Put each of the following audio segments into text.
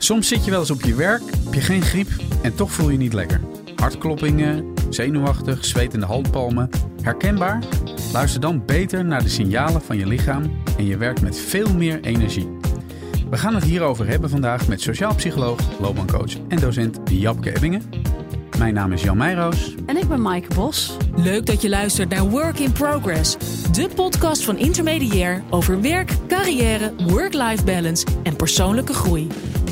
Soms zit je wel eens op je werk, heb je geen griep en toch voel je niet lekker. Hartkloppingen, zenuwachtig, zwetende handpalmen. Herkenbaar? Luister dan beter naar de signalen van je lichaam en je werkt met veel meer energie. We gaan het hierover hebben vandaag met sociaal psycholoog, loopbaancoach en docent Japke Ebbingen. Mijn naam is Jan Meijroos. En ik ben Maaike Bos. Leuk dat je luistert naar Work in Progress. De podcast van Intermediair over werk, carrière, work-life balance en persoonlijke groei.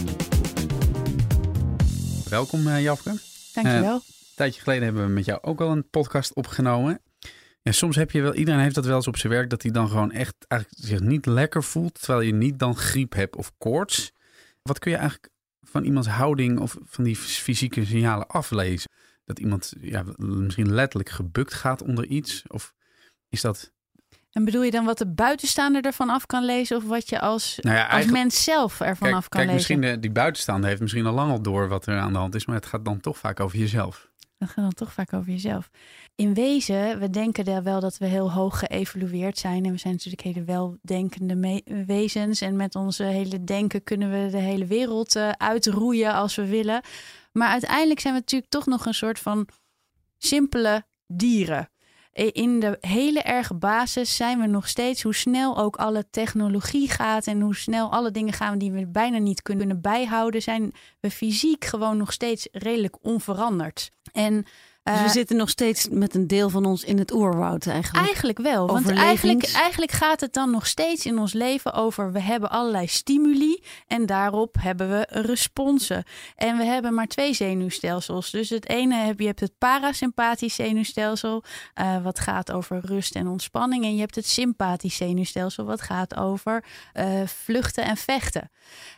Welkom Japke. Dankjewel. Een tijdje geleden hebben we met jou ook al een podcast opgenomen. Ja, soms heb je wel, iedereen heeft dat wel eens op zijn werk, dat hij dan gewoon echt eigenlijk zich niet lekker voelt, terwijl je niet dan griep hebt of koorts. Wat kun je eigenlijk van iemands houding of van die fysieke signalen aflezen? Dat iemand misschien letterlijk gebukt gaat onder iets? Of is dat... En bedoel je dan wat de buitenstaander ervan af kan lezen, of wat je als mens zelf ervan af kan lezen? Misschien die buitenstaander heeft misschien al lang al door wat er aan de hand is, maar het gaat dan toch vaak over jezelf. Dat gaat dan toch vaak over jezelf. In wezen, we denken daar wel dat we heel hoog geëvolueerd zijn. En we zijn natuurlijk hele weldenkende wezens. En met onze hele denken kunnen we de hele wereld uitroeien als we willen. Maar uiteindelijk zijn we natuurlijk toch nog een soort van simpele dieren. In de hele erge basis zijn we nog steeds, hoe snel ook alle technologie gaat en hoe snel alle dingen gaan die we bijna niet kunnen bijhouden, zijn we fysiek gewoon nog steeds redelijk onveranderd. En dus we zitten nog steeds met een deel van ons in het oerwoud eigenlijk? Eigenlijk wel, want eigenlijk gaat het dan nog steeds in ons leven over, we hebben allerlei stimuli en daarop hebben we responsen. En we hebben maar 2 zenuwstelsels. Dus het ene je hebt het parasympathisch zenuwstelsel, wat gaat over rust en ontspanning. En je hebt het sympathisch zenuwstelsel, wat gaat over vluchten en vechten.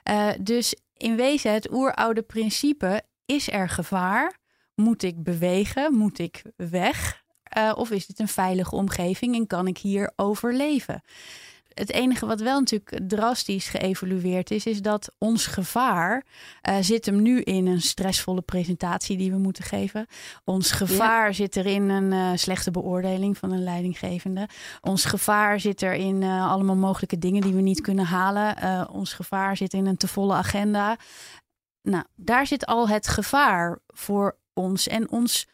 Dus in wezen, het oeroude principe, is er gevaar? Moet ik bewegen? Moet ik weg? Of is dit een veilige omgeving en kan ik hier overleven? Het enige wat wel natuurlijk drastisch geëvolueerd is dat ons gevaar zit hem nu in een stressvolle presentatie die we moeten geven. Ons gevaar zit er in een slechte beoordeling van een leidinggevende. Ons gevaar zit er in allemaal mogelijke dingen die we niet kunnen halen. Ons gevaar zit in een te volle agenda. Nou, daar zit al het gevaar voor ons. En ons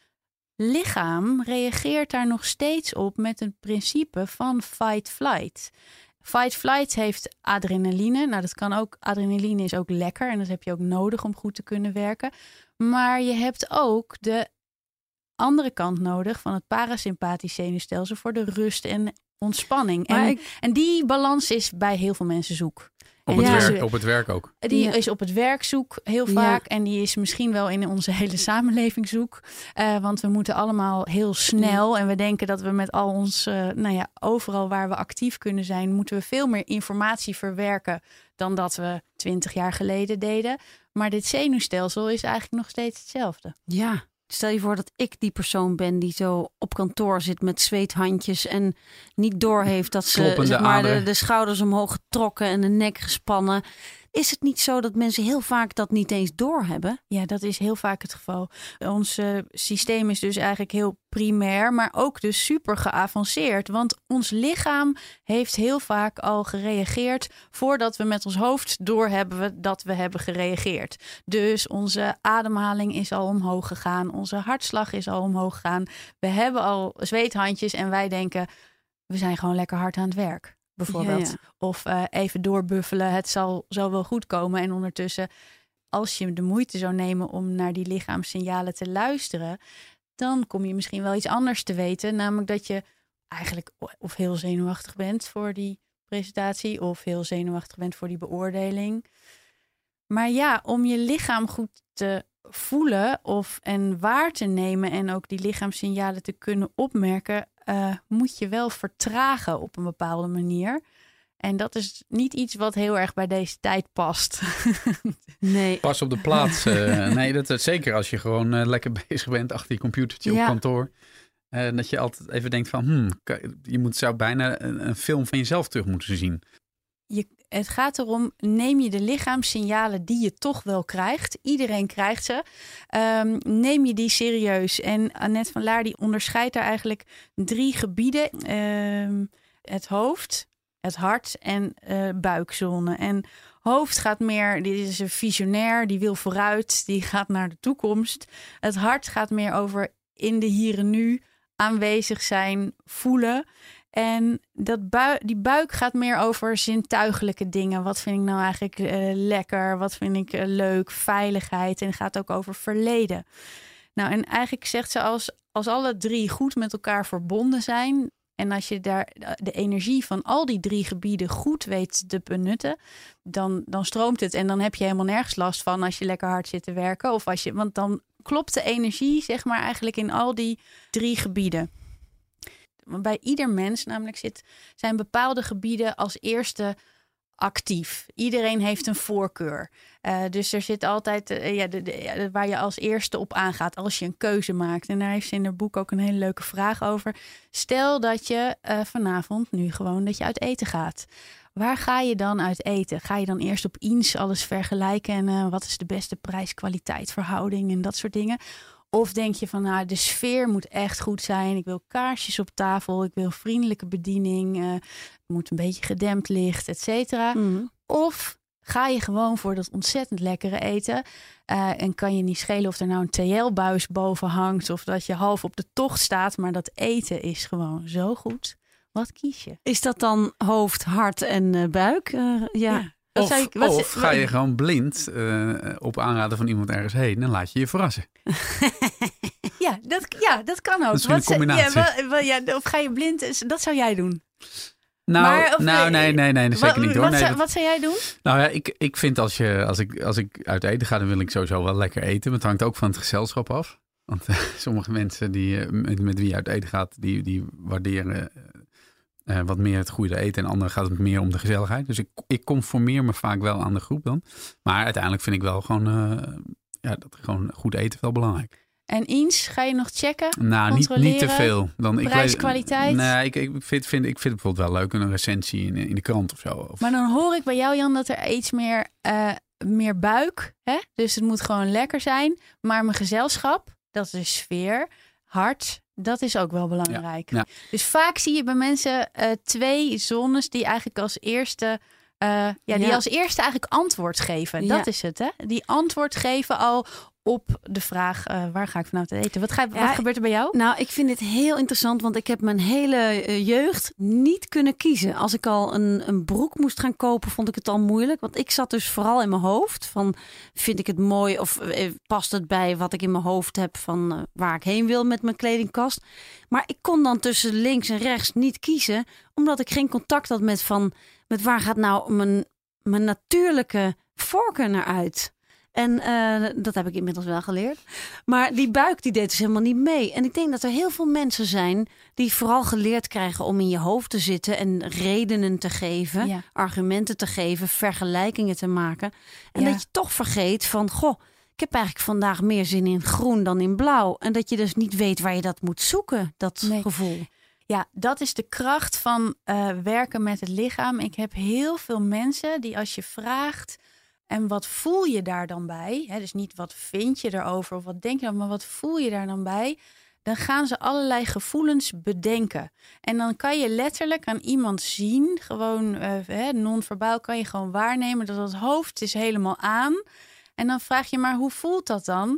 lichaam reageert daar nog steeds op met een principe van fight-flight. Fight-flight heeft adrenaline. Nou, dat kan ook. Adrenaline is ook lekker en dat heb je ook nodig om goed te kunnen werken. Maar je hebt ook de andere kant nodig van het parasympathisch zenuwstelsel voor de rust en ontspanning. En die balans is bij heel veel mensen zoek. Op het werk ook. Die is op het werk zoek heel vaak. En die is misschien wel in onze hele samenleving zoek. Want we moeten allemaal heel snel. En we denken dat we met al ons... overal waar we actief kunnen zijn, moeten we veel meer informatie verwerken dan dat we 20 jaar geleden deden. Maar dit zenuwstelsel is eigenlijk nog steeds hetzelfde. Ja. Stel je voor dat ik die persoon ben die zo op kantoor zit met zweethandjes en niet doorheeft dat ze de schouders omhoog getrokken en de nek gespannen. Is het niet zo dat mensen heel vaak dat niet eens doorhebben? Ja, dat is heel vaak het geval. Ons systeem is dus eigenlijk heel primair, maar ook dus super geavanceerd. Want ons lichaam heeft heel vaak al gereageerd voordat we met ons hoofd doorhebben dat we hebben gereageerd. Dus onze ademhaling is al omhoog gegaan. Onze hartslag is al omhoog gegaan. We hebben al zweethandjes en wij denken, we zijn gewoon lekker hard aan het werk. Bijvoorbeeld. Ja. Of even doorbuffelen, het zal wel goed komen. En ondertussen, als je de moeite zou nemen om naar die lichaamssignalen te luisteren, dan kom je misschien wel iets anders te weten. Namelijk dat je eigenlijk of heel zenuwachtig bent voor die presentatie, of heel zenuwachtig bent voor die beoordeling. Maar ja, om je lichaam goed te voelen en waar te nemen en ook die lichaamssignalen te kunnen opmerken, moet je wel vertragen op een bepaalde manier. En dat is niet iets wat heel erg bij deze tijd past. Nee. Pas op de plaats. Nee, dat is zeker als je gewoon lekker bezig bent achter je computertje op kantoor. Dat je altijd even denkt van, je zou bijna een film van jezelf terug moeten zien. Het gaat erom, neem je de lichaamssignalen die je toch wel krijgt. Iedereen krijgt ze. Neem je die serieus. En Annette van Laar die onderscheidt daar eigenlijk 3 gebieden. Het hoofd, het hart en buikzone. En Hoofd gaat meer, dit is een visionair, die wil vooruit, die gaat naar de toekomst. Het hart gaat meer over in de hier en nu aanwezig zijn, voelen. En die buik gaat meer over zintuigelijke dingen. Wat vind ik nou eigenlijk lekker? Wat vind ik leuk? Veiligheid. En het gaat ook over verleden. Nou, en eigenlijk zegt ze als alle 3 goed met elkaar verbonden zijn. En als je daar de energie van al die 3 gebieden goed weet te benutten, dan stroomt het. En dan heb je helemaal nergens last van als je lekker hard zit te werken. Want dan klopt de energie, zeg maar, eigenlijk in al die 3 gebieden. Bij ieder mens namelijk zijn bepaalde gebieden als eerste actief. Iedereen heeft een voorkeur. Dus er zit altijd waar je als eerste op aangaat als je een keuze maakt. En daar heeft ze in haar boek ook een hele leuke vraag over. Stel dat je vanavond nu gewoon dat je uit eten gaat. Waar ga je dan uit eten? Ga je dan eerst op Eens alles vergelijken en wat is de beste prijs-kwaliteit verhouding en dat soort dingen? Of denk je van, de sfeer moet echt goed zijn. Ik wil kaarsjes op tafel. Ik wil vriendelijke bediening. Het moet een beetje gedempt licht, et cetera. Mm. Of ga je gewoon voor dat ontzettend lekkere eten. En kan je niet schelen of er nou een TL-buis boven hangt. Of dat je half op de tocht staat. Maar dat eten is gewoon zo goed. Wat kies je? Is dat dan hoofd, hart en buik? Ja. Of ga je gewoon blind op aanraden van iemand ergens heen en laat je je verrassen. dat kan ook. Dat is een combinatie. Of ga je blind, dat zou jij doen. Nee, zeker niet hoor. Wat zou jij doen? Nou ja, ik vind als ik uit eten ga, dan wil ik sowieso wel lekker eten. Maar het hangt ook van het gezelschap af. Want sommige mensen met wie je uit eten gaat, die waarderen wat meer het goede eten. En anderen gaat het meer om de gezelligheid. Dus ik conformeer me vaak wel aan de groep dan. Maar uiteindelijk vind ik wel dat gewoon goed eten wel belangrijk. En Eens, ga je nog checken? Nou, niet te veel. Prijs-kwaliteit? Nee, ik vind het bijvoorbeeld wel leuk. Een recensie in de krant of zo. Maar dan hoor ik bij jou, Jan, dat er iets meer buik. Hè? Dus het moet gewoon lekker zijn. Maar mijn gezelschap, dat is de sfeer. Hart, dat is ook wel belangrijk. Ja. Dus vaak zie je bij mensen 2 zones die eigenlijk als eerste als eerste eigenlijk antwoord geven. Dat is het, hè? Die antwoord geven al op de vraag, waar ga ik vanavond eten? Wat gebeurt er bij jou? Nou, ik vind dit heel interessant, want ik heb mijn hele jeugd niet kunnen kiezen. Als ik al een broek moest gaan kopen, vond ik het al moeilijk. Want ik zat dus vooral in mijn hoofd van, vind ik het mooi of past het bij wat ik in mijn hoofd heb van waar ik heen wil met mijn kledingkast. Maar ik kon dan tussen links en rechts niet kiezen, omdat ik geen contact had met waar gaat nou mijn natuurlijke voorkeur naar uit. En dat heb ik inmiddels wel geleerd. Maar die buik die deed dus helemaal niet mee. En ik denk dat er heel veel mensen zijn die vooral geleerd krijgen om in je hoofd te zitten en redenen te geven, argumenten te geven, vergelijkingen te maken. En dat je toch vergeet van, ik heb eigenlijk vandaag meer zin in groen dan in blauw. En dat je dus niet weet waar je dat moet zoeken, dat gevoel. Ja, dat is de kracht van werken met het lichaam. Ik heb heel veel mensen die als je vraagt, en wat voel je daar dan bij? Hè, dus niet wat vind je erover of wat denk je dan, maar wat voel je daar dan bij? Dan gaan ze allerlei gevoelens bedenken. En dan kan je letterlijk aan iemand zien, gewoon non-verbaal kan je gewoon waarnemen dat het hoofd is helemaal aan. En dan vraag je maar, hoe voelt dat dan?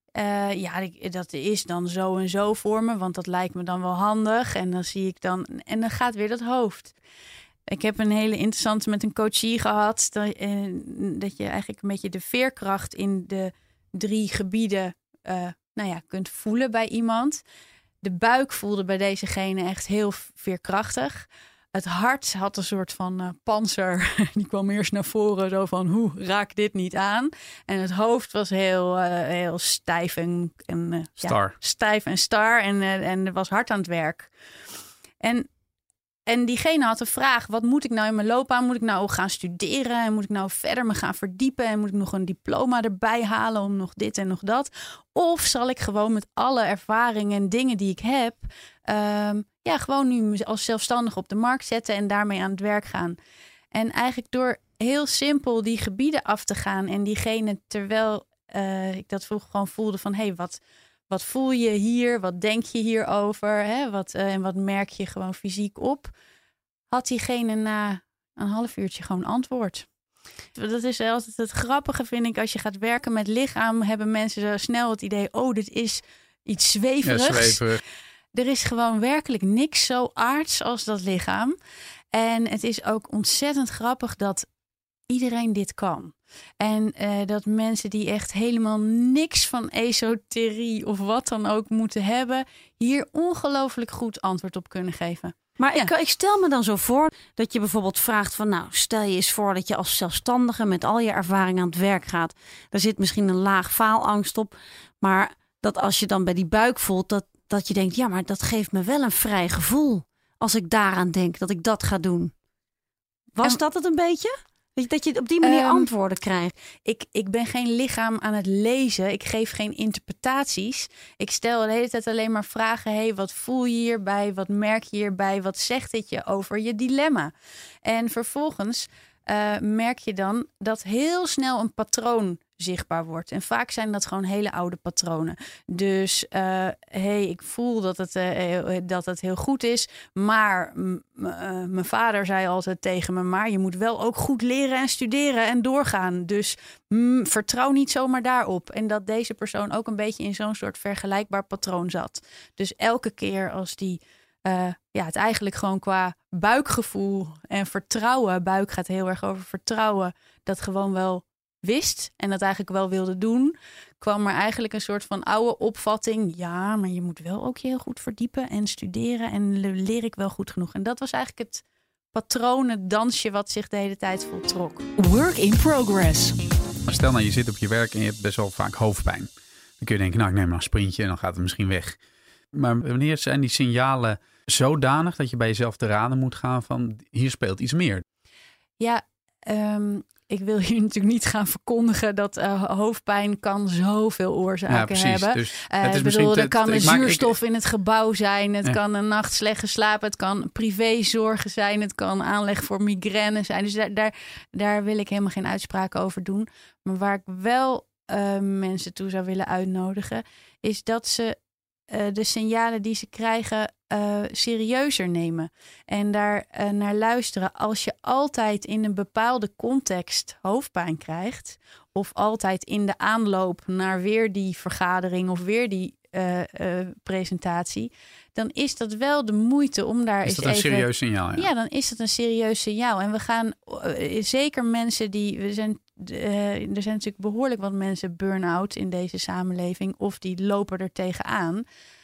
Dat is dan zo en zo voor me, want dat lijkt me dan wel handig. En dan zie ik dan, en dan gaat weer dat hoofd. Ik heb een hele interessante met een coachie gehad. Dat je eigenlijk een beetje de veerkracht in de 3 gebieden kunt voelen bij iemand. De buik voelde bij dezegene echt heel veerkrachtig. Het hart had een soort van pantser. Die kwam eerst naar voren. Zo van, hoe raak dit niet aan? En het hoofd was heel stijf en star. Stijf en star. En er was hard aan het werk. En diegene had de vraag, wat moet ik nou in mijn loopbaan? Moet ik nou gaan studeren? En moet ik nou verder me gaan verdiepen? En moet ik nog een diploma erbij halen om nog dit en nog dat? Of zal ik gewoon met alle ervaringen en dingen die ik heb, gewoon nu als zelfstandig op de markt zetten en daarmee aan het werk gaan? En eigenlijk door heel simpel die gebieden af te gaan en diegene, terwijl ik dat gewoon voelde van, wat voel je hier? Wat denk je hierover? En wat merk je gewoon fysiek op? Had diegene na een half uurtje gewoon antwoord. Dat is altijd het grappige, vind ik. Als je gaat werken met lichaam, hebben mensen zo snel het idee... dit is iets zweverigs. Ja, zweverig. Er is gewoon werkelijk niks zo aards als dat lichaam. En het is ook ontzettend grappig dat iedereen dit kan. En dat mensen die echt helemaal niks van esoterie of wat dan ook moeten hebben... hier ongelooflijk goed antwoord op kunnen geven. Maar ik stel me dan zo voor dat je bijvoorbeeld vraagt van... stel je eens voor dat je als zelfstandige met al je ervaring aan het werk gaat. Daar zit misschien een laag faalangst op. Maar dat als je dan bij die buik voelt, dat je denkt... ja, maar dat geeft me wel een vrij gevoel als ik daaraan denk dat ik dat ga doen. Was dat het een beetje? Dat je op die manier antwoorden krijgt. Ik ben geen lichaam aan het lezen. Ik geef geen interpretaties. Ik stel de hele tijd alleen maar vragen. Wat voel je hierbij? Wat merk je hierbij? Wat zegt dit je over je dilemma? En vervolgens merk je dan dat heel snel een patroon zichtbaar wordt. En vaak zijn dat gewoon hele oude patronen. Dus ik voel dat het heel goed is. Maar mijn vader zei altijd tegen me... maar je moet wel ook goed leren en studeren en doorgaan. Dus vertrouw niet zomaar daarop. En dat deze persoon ook een beetje in zo'n soort vergelijkbaar patroon zat. Dus elke keer als die... het eigenlijk gewoon qua buikgevoel en vertrouwen... buik gaat heel erg over vertrouwen... dat gewoon wel wist en dat eigenlijk wel wilde doen... kwam er eigenlijk een soort van oude opvatting... ja, maar je moet wel ook je heel goed verdiepen en studeren... en leer ik wel goed genoeg. En dat was eigenlijk het patroon, het dansje... wat zich de hele tijd voltrok. Work in progress. Maar stel nou, je zit op je werk en je hebt best wel vaak hoofdpijn. Dan kun je denken, ik neem maar een sprintje en dan gaat het misschien weg. Maar wanneer zijn die signalen zodanig dat je bij jezelf te raden moet gaan van... hier speelt iets meer? Ja, ik wil hier natuurlijk niet gaan verkondigen dat hoofdpijn kan zoveel oorzaken hebben. Dus het is er kan een zuurstof in het gebouw zijn. Het kan een nacht slecht geslapen. Het kan privézorgen zijn. Het kan aanleg voor migraine zijn. Dus daar wil ik helemaal geen uitspraken over doen. Maar waar ik wel mensen toe zou willen uitnodigen... is dat ze de signalen die ze krijgen serieuzer nemen. En daar naar luisteren. Als je altijd in een bepaalde context hoofdpijn krijgt... of altijd in de aanloop naar weer die vergadering... of weer die presentatie... dan is dat wel de moeite om daar eens even... Is dat een serieus signaal? Ja, dan is dat een serieus signaal. En we gaan zeker mensen die... er zijn natuurlijk behoorlijk wat mensen burn-out in deze samenleving... of die lopen er tegenaan...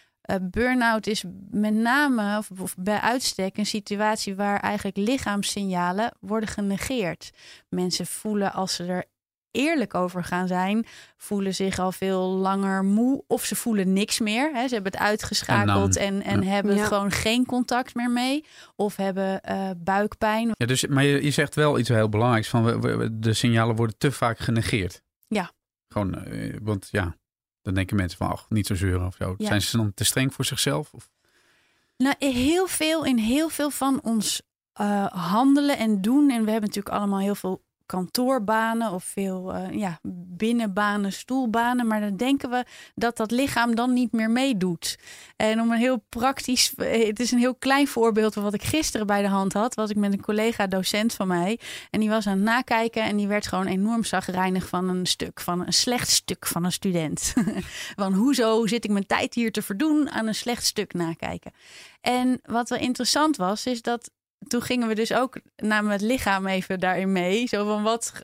Burn-out is met name of bij uitstek een situatie waar eigenlijk lichaamssignalen worden genegeerd. Mensen voelen, als ze er eerlijk over gaan zijn, voelen zich al veel langer moe of ze voelen niks meer. Hè. Ze hebben het uitgeschakeld en hebben gewoon geen contact meer mee of hebben buikpijn. Ja, dus, maar je zegt wel iets heel belangrijks van de signalen worden te vaak genegeerd. Ja. Gewoon, want ja... Dan denken mensen van, niet zo zeuren of zo. Ja. Zijn ze dan te streng voor zichzelf? Of? Nou, in heel veel van ons handelen en doen. En we hebben natuurlijk allemaal heel veel kantoorbanen of veel binnenbanen, stoelbanen. Maar dan denken we dat lichaam dan niet meer meedoet. En om een heel praktisch... Het is een heel klein voorbeeld van wat ik gisteren bij de hand had. Was ik met een collega docent van mij. En die was aan het nakijken. En die werd gewoon enorm chagrijnig van een slecht stuk van een student. Van hoezo zit ik mijn tijd hier te verdoen aan een slecht stuk nakijken. En wat wel interessant was, is dat toen gingen we dus ook naar het lichaam even daarin mee. Zo van wat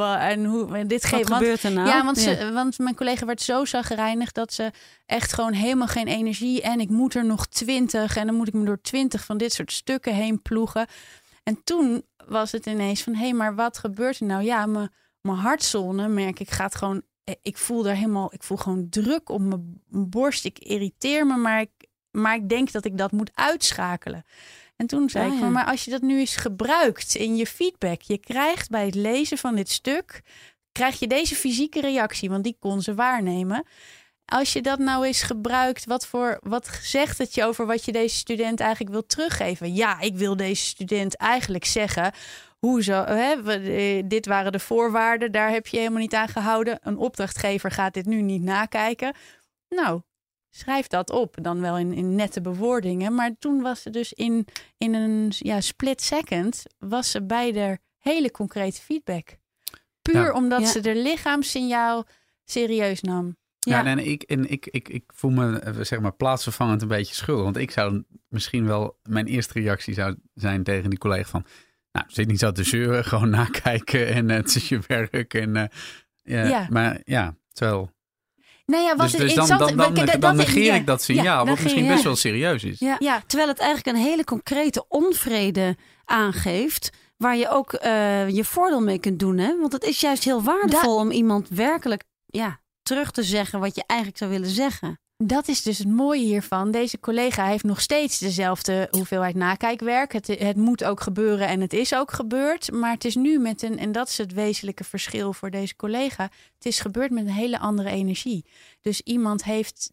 gebeurt er nou? Ja, want mijn collega werd zo chagrijnig dat ze echt gewoon helemaal geen energie. En ik moet er nog 20 en dan moet ik me door 20 van dit soort stukken heen ploegen. En toen was het ineens van, maar wat gebeurt er nou? Ja, mijn hartzone merk ik gaat gewoon. Ik voel gewoon druk op mijn borst. Ik irriteer me, maar ik denk dat ik dat moet uitschakelen. En toen zei ik, maar als je dat nu eens gebruikt in je feedback. Je krijgt bij het lezen van dit stuk, krijg je deze fysieke reactie. Want die kon ze waarnemen. Als je dat nou eens gebruikt, wat zegt het je over wat je deze student eigenlijk wil teruggeven? Ja, ik wil deze student eigenlijk zeggen, hoezo, dit waren de voorwaarden, daar heb je helemaal niet aan gehouden. Een opdrachtgever gaat dit nu niet nakijken. Nou, schrijf dat op. Dan wel in nette bewoordingen. Maar toen was ze dus in een split second was ze bij de hele concrete feedback. Puur omdat ze de lichaamssignaal serieus nam. Ja, en ik voel me zeg maar plaatsvervangend een beetje schuldig. Want ik zou misschien wel, mijn eerste reactie zou zijn tegen die collega van... Nou, zit niet zo te zeuren, gewoon nakijken en het is je werk. En, Maar ja, terwijl... Nou ja, wat dan negeer ik dat signaal, wat misschien best wel serieus is. Ja, terwijl het eigenlijk een hele concrete onvrede aangeeft... waar je ook je voordeel mee kunt doen. Hè? Want het is juist heel waardevol om iemand werkelijk terug te zeggen... wat je eigenlijk zou willen zeggen. Dat is dus het mooie hiervan. Deze collega heeft nog steeds dezelfde hoeveelheid nakijkwerk. Het moet ook gebeuren en het is ook gebeurd. Maar het is nu en dat is het wezenlijke verschil voor deze collega. Het is gebeurd met een hele andere energie. Dus iemand heeft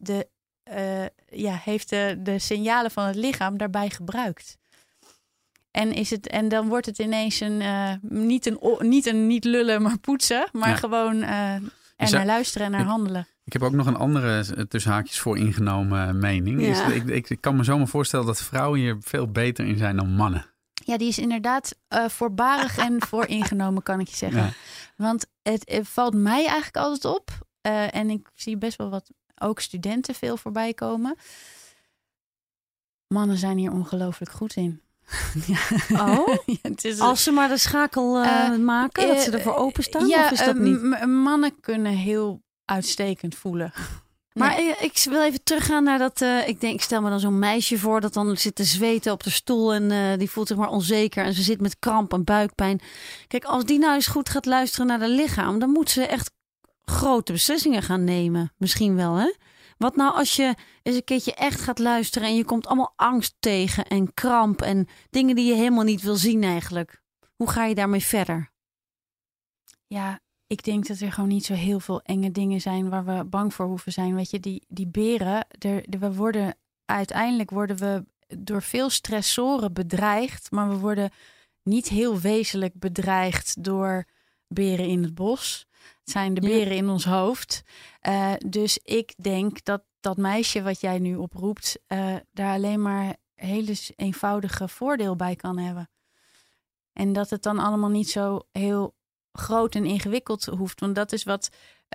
de signalen van het lichaam daarbij gebruikt. En dan wordt het ineens niet lullen, maar poetsen. Maar gewoon naar luisteren en naar handelen. Ik heb ook nog een andere tussen haakjes voor ingenomen mening. Ja. Ik kan me zomaar voorstellen dat vrouwen hier veel beter in zijn dan mannen. Ja, die is inderdaad voorbarig en vooringenomen, kan ik je zeggen. Ja. Want het valt mij eigenlijk altijd op. En ik zie best wel wat ook studenten veel voorbij komen. Mannen zijn hier ongelooflijk goed in. Oh, als ze maar de schakel maken, dat ze ervoor openstaan? Of is dat niet? Mannen kunnen heel uitstekend voelen. Maar ik wil even teruggaan naar dat... ik stel me dan zo'n meisje voor... dat dan zit te zweten op de stoel... en die voelt zich maar onzeker... en ze zit met kramp en buikpijn. Kijk, als die nou eens goed gaat luisteren naar haar lichaam... dan moet ze echt grote beslissingen gaan nemen. Misschien wel, hè? Wat nou als je eens een keertje echt gaat luisteren... en je komt allemaal angst tegen en kramp... en dingen die je helemaal niet wil zien eigenlijk. Hoe ga je daarmee verder? Ja, ik denk dat er gewoon niet zo heel veel enge dingen zijn... waar we bang voor hoeven zijn. Weet je, die beren... Uiteindelijk worden we door veel stressoren bedreigd... maar we worden niet heel wezenlijk bedreigd... door beren in het bos... Het zijn de beren in ons hoofd. Dus ik denk dat meisje wat jij nu oproept... daar alleen maar hele eenvoudige voordeel bij kan hebben. En dat het dan allemaal niet zo heel groot en ingewikkeld hoeft. Want dat is wat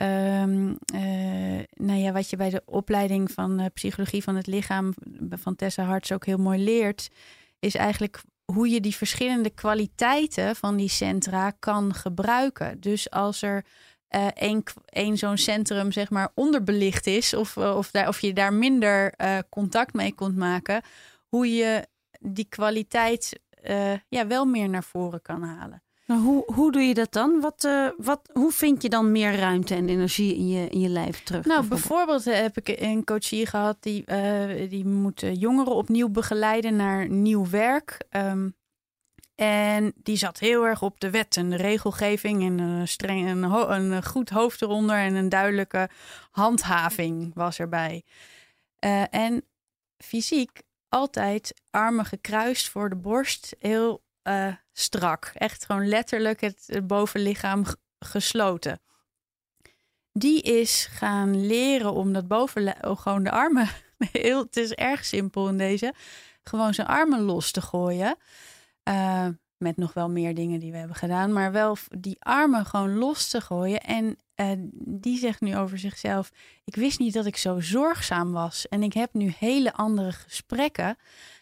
je bij de opleiding van psychologie van het lichaam... van Tessa Harts ook heel mooi leert... is eigenlijk hoe je die verschillende kwaliteiten van die centra kan gebruiken. Dus als er... één zo'n centrum zeg maar onderbelicht is... of je daar minder contact mee kunt maken... hoe je die kwaliteit wel meer naar voren kan halen. Nou, hoe doe je dat dan? Hoe vind je dan meer ruimte en energie in je lijf terug? Nou, bijvoorbeeld heb ik een coachie gehad... die moet jongeren opnieuw begeleiden naar nieuw werk... En die zat heel erg op de wet en de regelgeving en een goed hoofd eronder en een duidelijke handhaving was erbij. En fysiek altijd armen gekruist voor de borst, heel strak. Echt gewoon letterlijk het bovenlichaam gesloten. Die is gaan leren om dat gewoon de armen, het is erg simpel in deze, gewoon zijn armen los te gooien. Met nog wel meer dingen die we hebben gedaan. Maar wel die armen gewoon los te gooien. En die zegt nu over zichzelf... ik wist niet dat ik zo zorgzaam was. En ik heb nu hele andere gesprekken.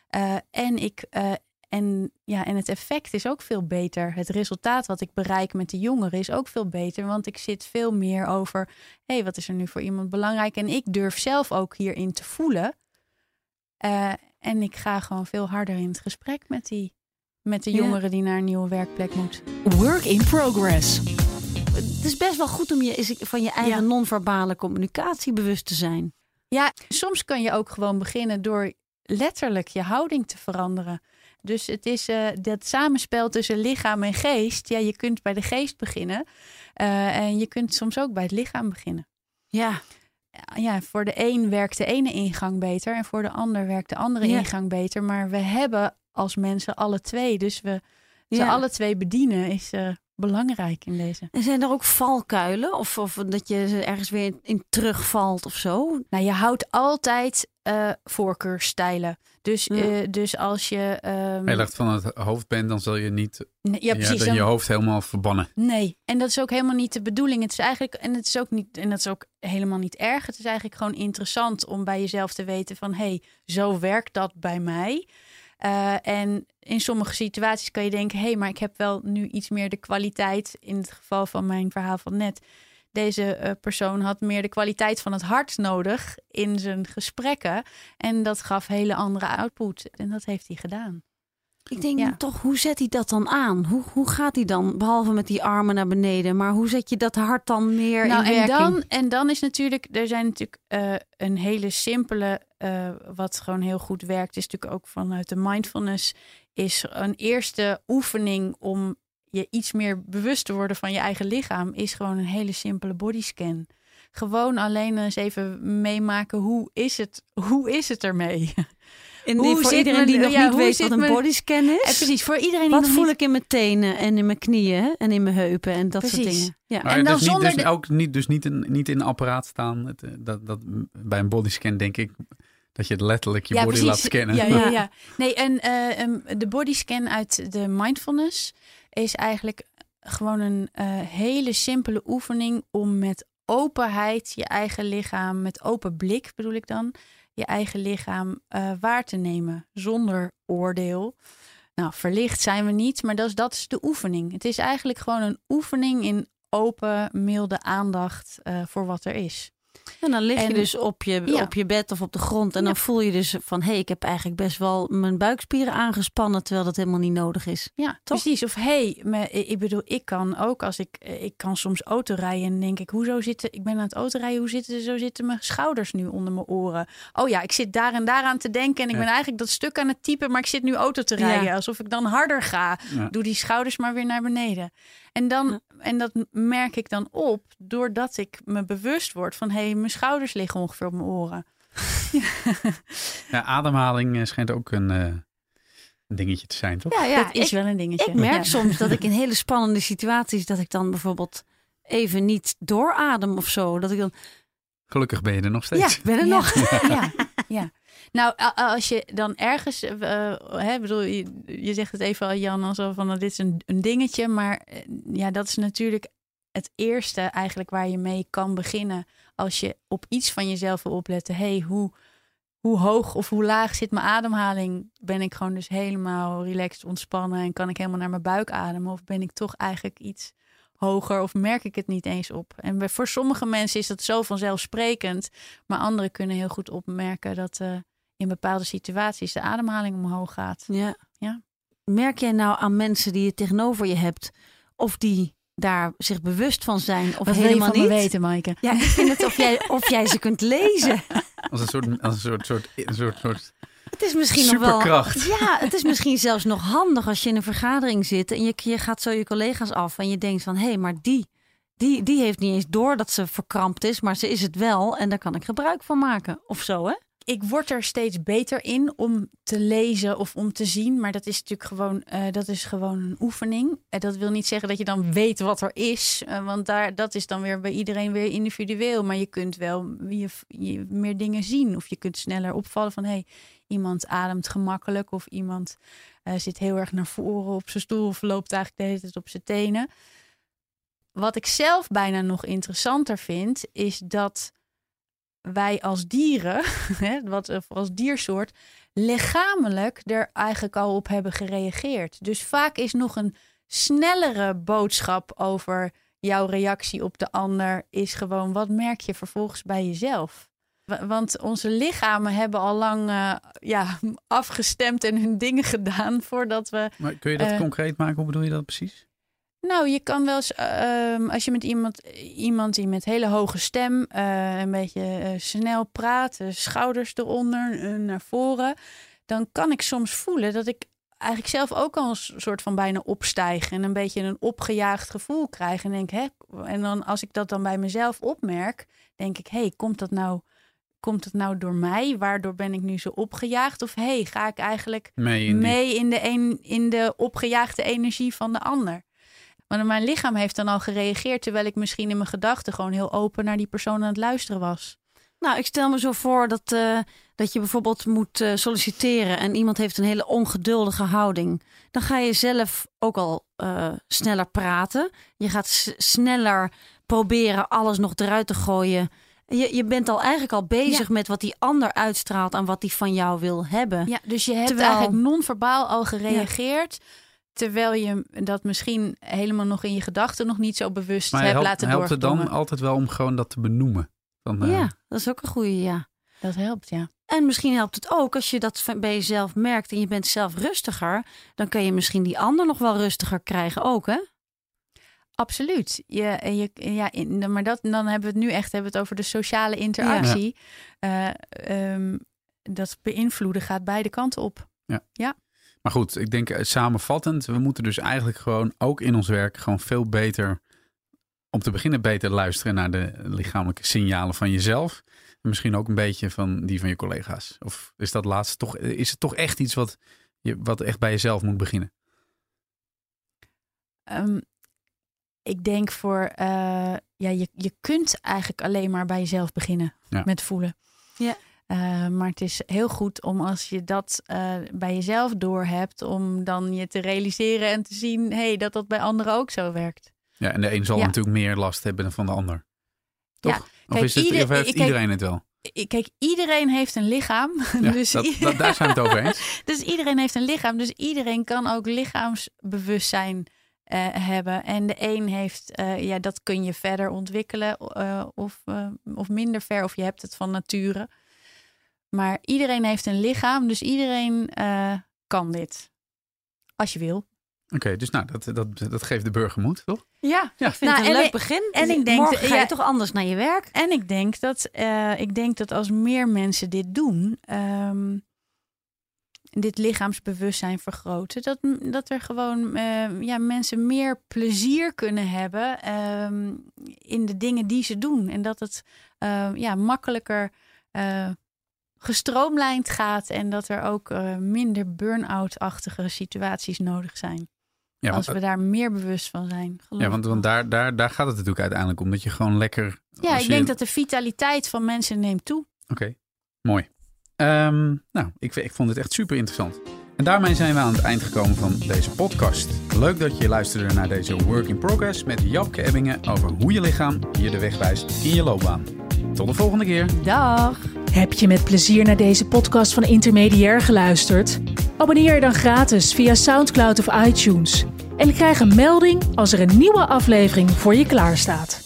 En het effect is ook veel beter. Het resultaat wat ik bereik met de jongeren is ook veel beter. Want ik zit veel meer over... wat is er nu voor iemand belangrijk? En ik durf zelf ook hierin te voelen. En ik ga gewoon veel harder in het gesprek met de jongeren die naar een nieuwe werkplek moet. Work in progress. Het is best wel goed om je van je eigen non-verbale communicatie bewust te zijn. Ja, soms kan je ook gewoon beginnen door letterlijk je houding te veranderen. Dus het is dat samenspel tussen lichaam en geest. Ja, je kunt bij de geest beginnen. En je kunt soms ook bij het lichaam beginnen. Ja. Ja, voor de een werkt de ene ingang beter. En voor de ander werkt de andere ingang beter. Maar we hebben als mensen alle twee. Dus ze alle twee bedienen belangrijk in deze. En zijn er ook valkuilen? Of dat je ergens weer in terugvalt of zo? Nou, je houdt altijd voorkeurstijlen. Dus als je... heel erg van het hoofd bent, dan zul je niet precies, je hoofd helemaal verbannen. Nee, en dat is ook helemaal niet de bedoeling. Het is eigenlijk, en dat is ook helemaal niet erg. Het is eigenlijk gewoon interessant om bij jezelf te weten van... hey, zo werkt dat bij mij. En in sommige situaties kan je denken... hey, maar ik heb wel nu iets meer de kwaliteit... in het geval van mijn verhaal van net... Deze persoon had meer de kwaliteit van het hart nodig in zijn gesprekken. En dat gaf hele andere output. En dat heeft hij gedaan. Ik denk toch, hoe zet hij dat dan aan? Hoe gaat hij dan, behalve met die armen naar beneden? Maar hoe zet je dat hart dan meer in werking? En dan is natuurlijk, er zijn natuurlijk een hele simpele, wat gewoon heel goed werkt. Is natuurlijk ook vanuit de mindfulness, is een eerste oefening om je iets meer bewust te worden van je eigen lichaam, is gewoon een hele simpele bodyscan. Gewoon alleen eens even meemaken, hoe is het ermee? Voor iedereen die nog niet weet wat een bodyscan is. Precies, voor iedereen die wat voel ik in mijn tenen en in mijn knieën en in mijn heupen en dat soort dingen. Ja. Maar en dan dus niet in een apparaat staan. Dat bij een bodyscan denk ik dat je het letterlijk je body laat scannen. Ja. Nee, en de bodyscan uit de mindfulness is eigenlijk gewoon een hele simpele oefening om met openheid je eigen lichaam, met open blik bedoel ik dan, je eigen lichaam waar te nemen, zonder oordeel. Nou, verlicht zijn we niet, maar dat is de oefening. Het is eigenlijk gewoon een oefening in open, milde aandacht voor wat er is. En dan lig je dus op je bed of op de grond. En dan voel je dus van, ik heb eigenlijk best wel mijn buikspieren aangespannen, terwijl dat helemaal niet nodig is. Ja, toch? Precies. Of ik bedoel, ik kan ook als ik kan soms autorijden en denk ik, ik ben aan het autorijden, zo zitten mijn schouders nu onder mijn oren. Oh ja, ik zit daar en daar aan te denken en ik ben eigenlijk dat stuk aan het typen, maar ik zit nu auto te rijden. Ja. Alsof ik dan harder ga. Ja. Doe die schouders maar weer naar beneden. En dat merk ik dan op doordat ik me bewust word van, mijn schouders liggen ongeveer op mijn oren. Ja, ademhaling schijnt ook een dingetje te zijn, toch? Ja, het is wel een dingetje. Ik merk soms dat ik in hele spannende situaties, dat ik dan bijvoorbeeld even niet dooradem of zo. Dat ik dan... Gelukkig ben je er nog steeds. Ja, ik ben er nog. Ja. Nou, als je dan ergens, je zegt het even al, Jan, alsof van dit is een dingetje, maar dat is natuurlijk het eerste eigenlijk waar je mee kan beginnen als je op iets van jezelf wil opletten. Hoe hoog of hoe laag zit mijn ademhaling? Ben ik gewoon dus helemaal relaxed, ontspannen en kan ik helemaal naar mijn buik ademen? Of ben ik toch eigenlijk iets hoger of merk ik het niet eens op? En voor sommige mensen is dat zo vanzelfsprekend, maar anderen kunnen heel goed opmerken dat in bepaalde situaties de ademhaling omhoog gaat. Ja. Merk jij nou aan mensen die je tegenover je hebt, of die daar zich bewust van zijn of wat helemaal wil je van niet? Me weten, Maaike? Ja, ik vind het of jij ze kunt lezen. Als een soort. Het is misschien superkracht. Nog wel. Ja, het is misschien zelfs nog handig als je in een vergadering zit en je gaat zo je collega's af en je denkt van, maar die heeft niet eens door dat ze verkrampt is, maar ze is het wel en daar kan ik gebruik van maken of zo, hè? Ik word er steeds beter in om te lezen of om te zien. Maar dat is natuurlijk gewoon een oefening. Dat wil niet zeggen dat je dan weet wat er is. Want dat is dan weer bij iedereen weer individueel. Maar je kunt wel je meer dingen zien. Of je kunt sneller opvallen van iemand ademt gemakkelijk. Of iemand zit heel erg naar voren op zijn stoel. Of loopt eigenlijk de hele tijd op zijn tenen. Wat ik zelf bijna nog interessanter vind, is dat wij als dieren, als diersoort, lichamelijk er eigenlijk al op hebben gereageerd. Dus vaak is nog een snellere boodschap over jouw reactie op de ander is gewoon, wat merk je vervolgens bij jezelf? Want onze lichamen hebben al lang afgestemd en hun dingen gedaan voordat we... Maar kun je dat concreet maken? Hoe bedoel je dat precies? Nou, je kan wel eens, als je met iemand die met hele hoge stem een beetje snel praat, schouders eronder, naar voren, dan kan ik soms voelen dat ik eigenlijk zelf ook al een soort van bijna opstijg en een beetje een opgejaagd gevoel krijg. En denk, en dan als ik dat dan bij mezelf opmerk, denk ik, komt het nou door mij? Waardoor ben ik nu zo opgejaagd? Of ga ik eigenlijk mee in de opgejaagde energie van de ander? Want mijn lichaam heeft dan al gereageerd, terwijl ik misschien in mijn gedachten gewoon heel open naar die persoon aan het luisteren was. Nou, ik stel me zo voor dat je bijvoorbeeld moet solliciteren en iemand heeft een hele ongeduldige houding. Dan ga je zelf ook al sneller praten. Je gaat sneller proberen alles nog eruit te gooien. Je bent al eigenlijk al bezig met wat die ander uitstraalt en wat die van jou wil hebben. Ja, dus je hebt eigenlijk non-verbaal al gereageerd. Ja. Terwijl je dat misschien helemaal nog in je gedachten nog niet zo bewust hebt laten doorkomen. Helpt het dan altijd wel om gewoon dat te benoemen? Ja, dat is ook een goeie, ja. Dat helpt, ja. En misschien helpt het ook als je dat bij jezelf merkt en je bent zelf rustiger. Dan kun je misschien die ander nog wel rustiger krijgen ook, hè? Absoluut. Maar dan hebben we het nu echt over de sociale interactie. Ja. Dat beïnvloeden gaat beide kanten op. Ja. Maar goed, ik denk samenvattend, we moeten dus eigenlijk gewoon ook in ons werk gewoon veel beter, om te beginnen beter luisteren naar de lichamelijke signalen van jezelf. En misschien ook een beetje van die van je collega's. Of is dat laatste toch, is het toch echt iets wat echt bij jezelf moet beginnen? Ik denk je kunt eigenlijk alleen maar bij jezelf beginnen met voelen. Ja. Maar het is heel goed om als je dat bij jezelf doorhebt, om dan je te realiseren en te zien dat bij anderen ook zo werkt. Ja, en de een zal natuurlijk meer last hebben dan van de ander. Toch? Ja, kijk, of heeft iedereen het wel? Kijk, iedereen heeft een lichaam. Ja, dus daar zijn we het over eens. Dus iedereen heeft een lichaam. Dus iedereen kan ook lichaamsbewustzijn hebben. En de een heeft, dat kun je verder ontwikkelen of minder ver. Of je hebt het van nature. Maar iedereen heeft een lichaam. Dus iedereen kan dit. Als je wil. Oké, dus dat geeft de burger moed, toch? Ja. Ik vind het een leuk begin. En ik denk, morgen ga je toch anders naar je werk. En ik denk dat als meer mensen dit doen, dit lichaamsbewustzijn vergroten, dat er gewoon mensen meer plezier kunnen hebben in de dingen die ze doen. En dat het makkelijker gestroomlijnd gaat en dat er ook minder burn-out-achtige situaties nodig zijn. Ja, als we daar meer bewust van zijn. Ja, want daar gaat het natuurlijk uiteindelijk om. Dat je gewoon lekker... Ja, ik denk dat de vitaliteit van mensen neemt toe. Oké, mooi. Ik vond het echt super interessant. En daarmee zijn we aan het eind gekomen van deze podcast. Leuk dat je luisterde naar deze Work in Progress met Japke Ebbingen over hoe je lichaam je de weg wijst in je loopbaan. Tot de volgende keer. Dag. Heb je met plezier naar deze podcast van Intermediair geluisterd? Abonneer je dan gratis via SoundCloud of iTunes. En krijg een melding als er een nieuwe aflevering voor je klaarstaat.